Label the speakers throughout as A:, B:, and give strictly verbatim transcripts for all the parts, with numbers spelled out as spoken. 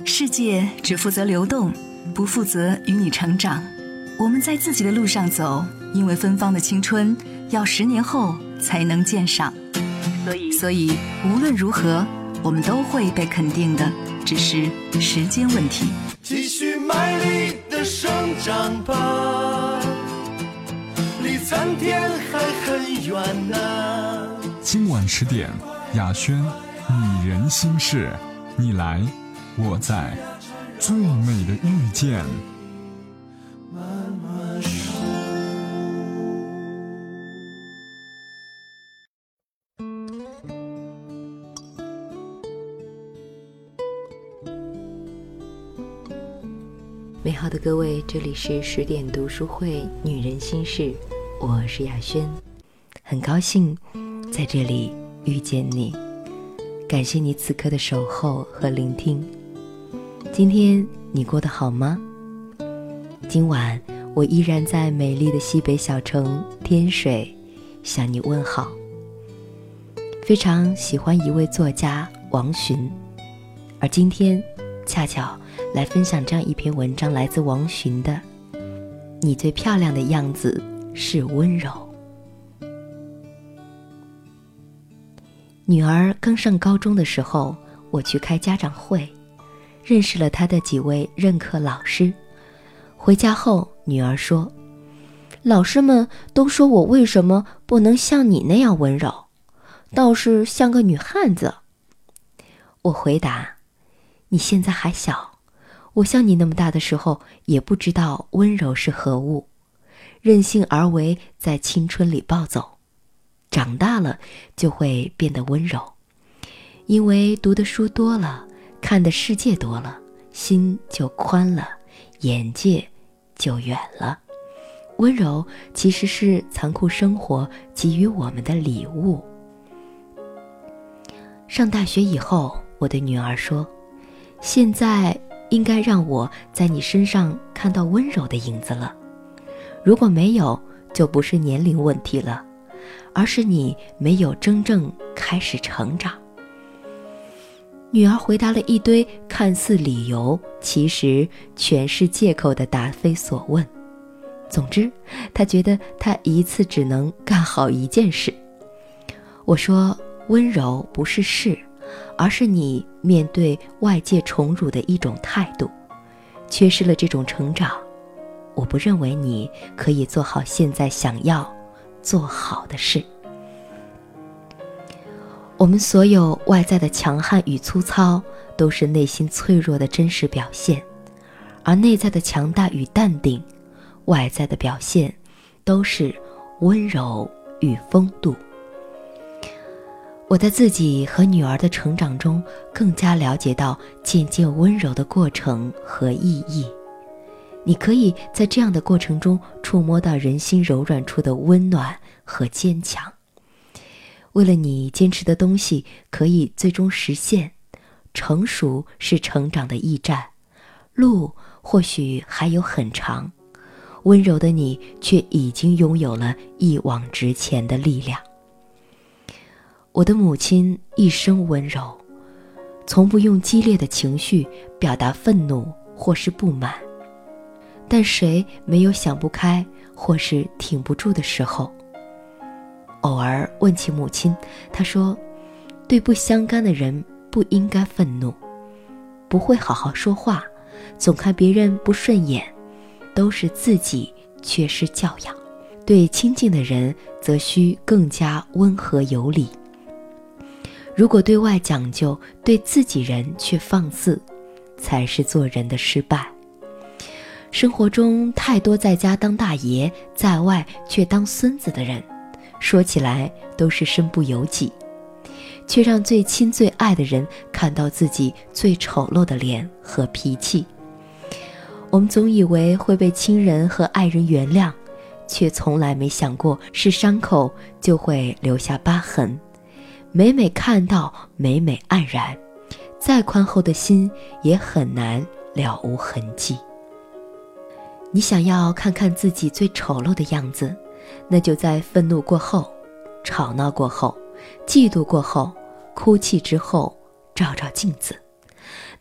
A: 世界只负责流动，不负责与你成长。我们在自己的路上走，因为芬芳的青春要十年后才能鉴赏。所以，所以无论如何，我们都会被肯定的，只是时间问题。
B: 继续卖力的生长吧，离参天还很远呢。
C: 今晚十点，雅轩，女人心事，你来我在，最美的遇见。
B: 慢慢说。
D: 美好的各位，这里是十点读书会女人心事，我是雅轩，很高兴在这里遇见你，感谢你此刻的守候和聆听。今天你过得好吗？今晚我依然在美丽的西北小城天水向你问好。非常喜欢一位作家王洵，而今天恰巧来分享这样一篇文章，来自王洵的你最漂亮的样子是温柔。女儿刚上高中的时候，我去开家长会，认识了她的几位任课老师。回家后，女儿说，老师们都说我为什么不能像你那样温柔，倒是像个女汉子。我回答，你现在还小，我像你那么大的时候也不知道温柔是何物，任性而为，在青春里暴走，长大了就会变得温柔，因为读的书多了，看的世界多了，心就宽了，眼界就远了。温柔其实是残酷生活给予我们的礼物。上大学以后，我对女儿说，现在应该让我在你身上看到温柔的影子了，如果没有，就不是年龄问题了，而是你没有真正开始成长。女儿回答了一堆看似理由，其实全是借口的答非所问。总之，她觉得她一次只能干好一件事。我说，温柔不是事，而是你面对外界宠辱的一种态度。缺失了这种成长，我不认为你可以做好现在想要做好的事。我们所有外在的强悍与粗糙，都是内心脆弱的真实表现，而内在的强大与淡定，外在的表现都是温柔与风度。我在自己和女儿的成长中，更加了解到渐渐温柔的过程和意义。你可以在这样的过程中触摸到人心柔软处的温暖和坚强。为了你坚持的东西可以最终实现，成熟是成长的驿站，路或许还有很长，温柔的你却已经拥有了一往直前的力量。我的母亲一生温柔，从不用激烈的情绪表达愤怒或是不满，但谁没有想不开或是挺不住的时候？偶尔问起母亲，她说，对不相干的人不应该愤怒，不会好好说话，总看别人不顺眼，都是自己缺失教养。对亲近的人则需更加温和有礼。如果对外讲究，对自己人却放肆，才是做人的失败。生活中太多在家当大爷，在外却当孙子的人，说起来都是身不由己，却让最亲最爱的人看到自己最丑陋的脸和脾气。我们总以为会被亲人和爱人原谅，却从来没想过是伤口就会留下疤痕。每每看到，每每黯然，再宽厚的心也很难了无痕迹。你想要看看自己最丑陋的样子，那就在愤怒过后，吵闹过后，嫉妒过后，哭泣之后，照照镜子，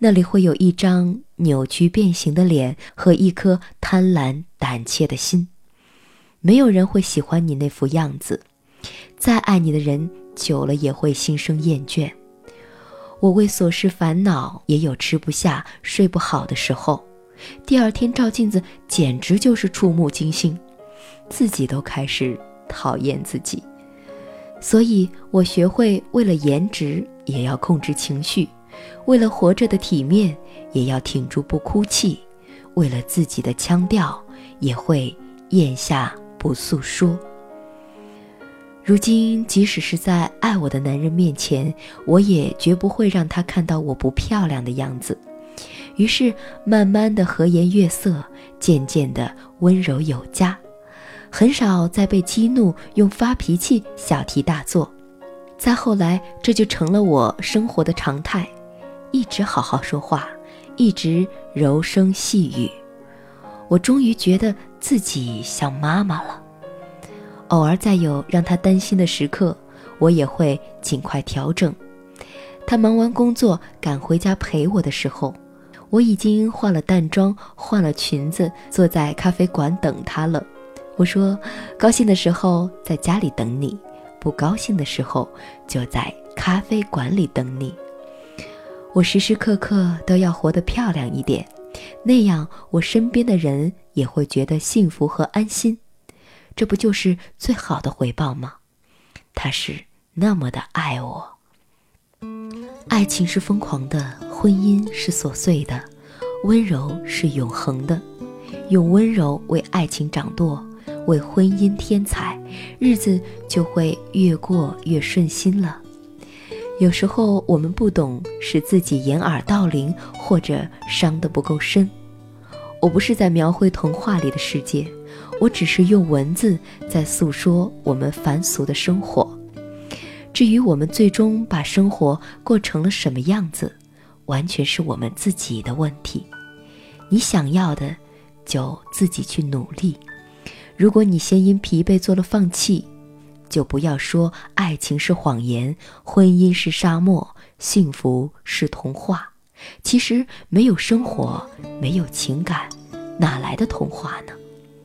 D: 那里会有一张扭曲变形的脸和一颗贪婪胆怯的心。没有人会喜欢你那副样子，再爱你的人久了也会心生厌倦。我为琐事烦恼，也有吃不下睡不好的时候，第二天照镜子简直就是触目惊心，自己都开始讨厌自己。所以我学会为了颜值也要控制情绪，为了活着的体面也要挺住不哭泣，为了自己的腔调也会咽下不诉说。如今即使是在爱我的男人面前，我也绝不会让他看到我不漂亮的样子。于是慢慢的和颜悦色，渐渐的温柔有加，很少再被激怒用发脾气小题大做。再后来这就成了我生活的常态，一直好好说话，一直柔声细语。我终于觉得自己像妈妈了。偶尔再有让他担心的时刻，我也会尽快调整。他忙完工作赶回家陪我的时候，我已经化了淡妆，换了裙子，坐在咖啡馆等他了。我说，高兴的时候在家里等你，不高兴的时候就在咖啡馆里等你。我时时刻刻都要活得漂亮一点，那样我身边的人也会觉得幸福和安心。这不就是最好的回报吗？他是那么的爱我。爱情是疯狂的，婚姻是琐碎的，温柔是永恒的。用温柔为爱情掌舵，为婚姻添彩，日子就会越过越顺心了。有时候我们不懂，是自己掩耳盗铃，或者伤得不够深。我不是在描绘童话里的世界，我只是用文字在诉说我们凡俗的生活。至于我们最终把生活过成了什么样子，完全是我们自己的问题。你想要的，就自己去努力。如果你先因疲惫做了放弃，就不要说爱情是谎言，婚姻是沙漠，幸福是童话。其实没有生活，没有情感，哪来的童话呢？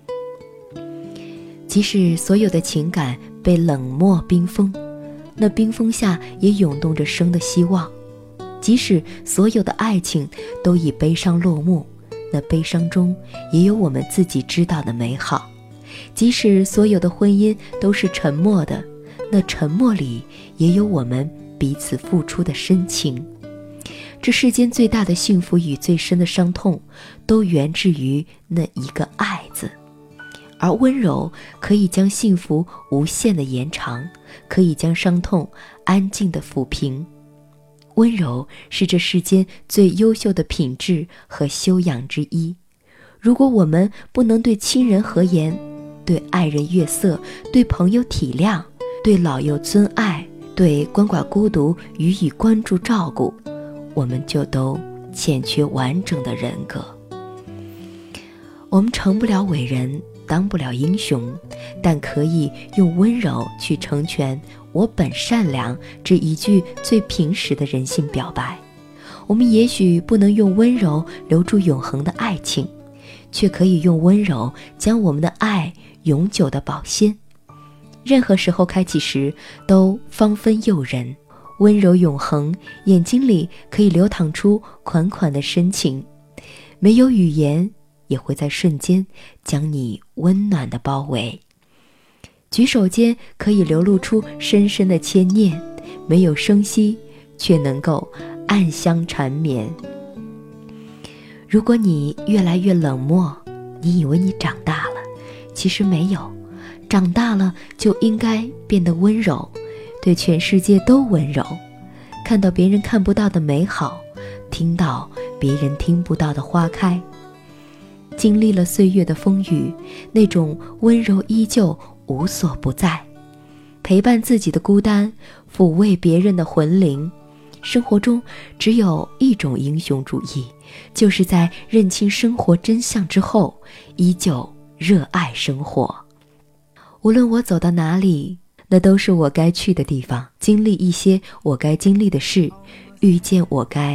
D: 即使所有的情感被冷漠冰封，那冰封下也涌动着生的希望。即使所有的爱情都以悲伤落幕，那悲伤中也有我们自己知道的美好。即使所有的婚姻都是沉默的，那沉默里也有我们彼此付出的深情。这世间最大的幸福与最深的伤痛，都源自于那一个爱字。而温柔可以将幸福无限的延长，可以将伤痛安静的抚平。温柔是这世间最优秀的品质和修养之一。如果我们不能对亲人和颜，对爱人悦色，对朋友体谅，对老幼尊爱，对鳏寡孤独予以关注照顾，我们就都欠缺完整的人格。我们成不了伟人，当不了英雄，但可以用温柔去成全我本善良这一句最平实的人性表白。我们也许不能用温柔留住永恒的爱情，却可以用温柔将我们的爱永久的保鲜。任何时候开启时都芳芬诱人，温柔永恒，眼睛里可以流淌出款款的深情，没有语言也会在瞬间将你温暖的包围。举手间可以流露出深深的牵念，没有声息却能够暗香缠绵。如果你越来越冷漠，你以为你长大了，其实没有，长大了就应该变得温柔，对全世界都温柔，看到别人看不到的美好，听到别人听不到的花开。经历了岁月的风雨，那种温柔依旧无所不在，陪伴自己的孤单，抚慰别人的魂灵。生活中只有一种英雄主义，就是在认清生活真相之后，依旧热爱生活。无论我走到哪里，那都是我该去的地方，经历一些我该经历的事，遇见我该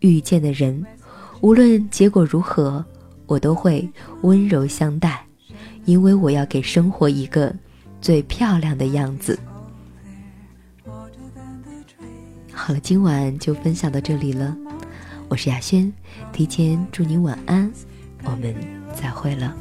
D: 遇见的人，无论结果如何，我都会温柔相待，因为我要给生活一个最漂亮的样子。好了，今晚就分享到这里了，我是雅轩，提前祝您晚安，我们再会了。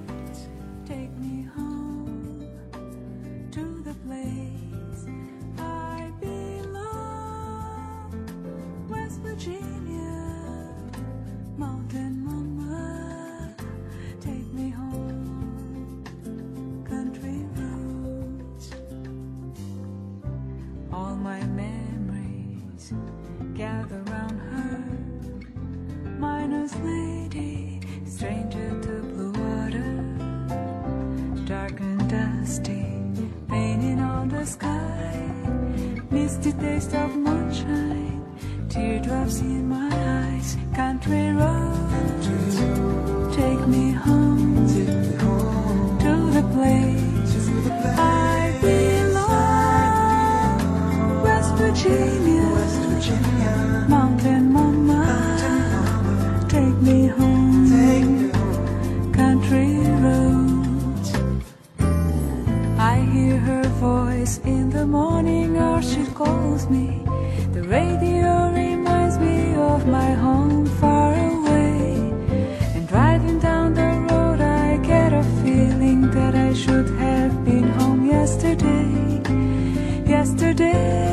E: Gather round her, miner's lady, stranger to blue water, dark and dusty, painting on the sky, misty taste of moonshine, teardrops in my eyes, country roads, take me home, to the place I belong, West Virginia. Mountain mama, take me home, country roads. I hear her voice in the morning or she calls me. The radio reminds me of my home far away. And driving down the road I get a feeling that I should have been home yesterday, yesterday.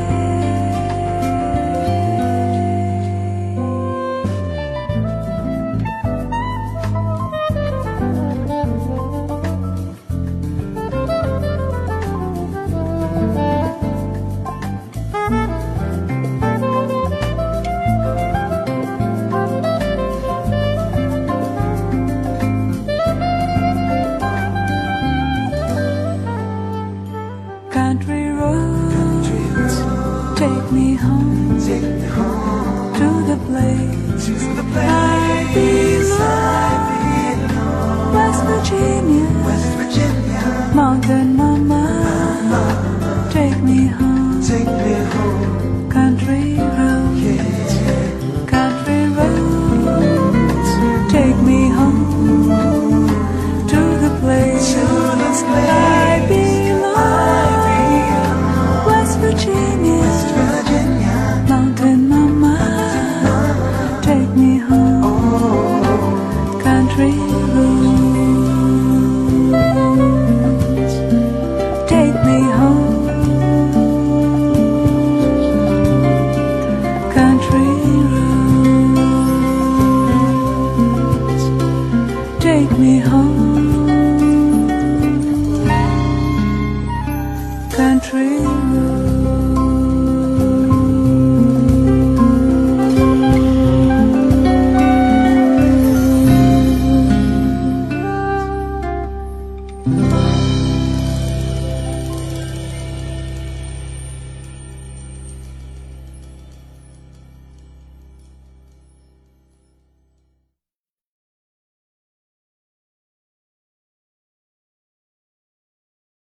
E: Country roads, take me home, take me home to the place, to the place I belong, West Virginia, West Virginia, Mountain mama, mama, take me home, take me home, country roads, yeah. Country roads, take me home to the place, to the place I belong. Virginia, West Virginia, Mountain mama, take me home, oh, country roads, take me home, country roads, take me home, country roads.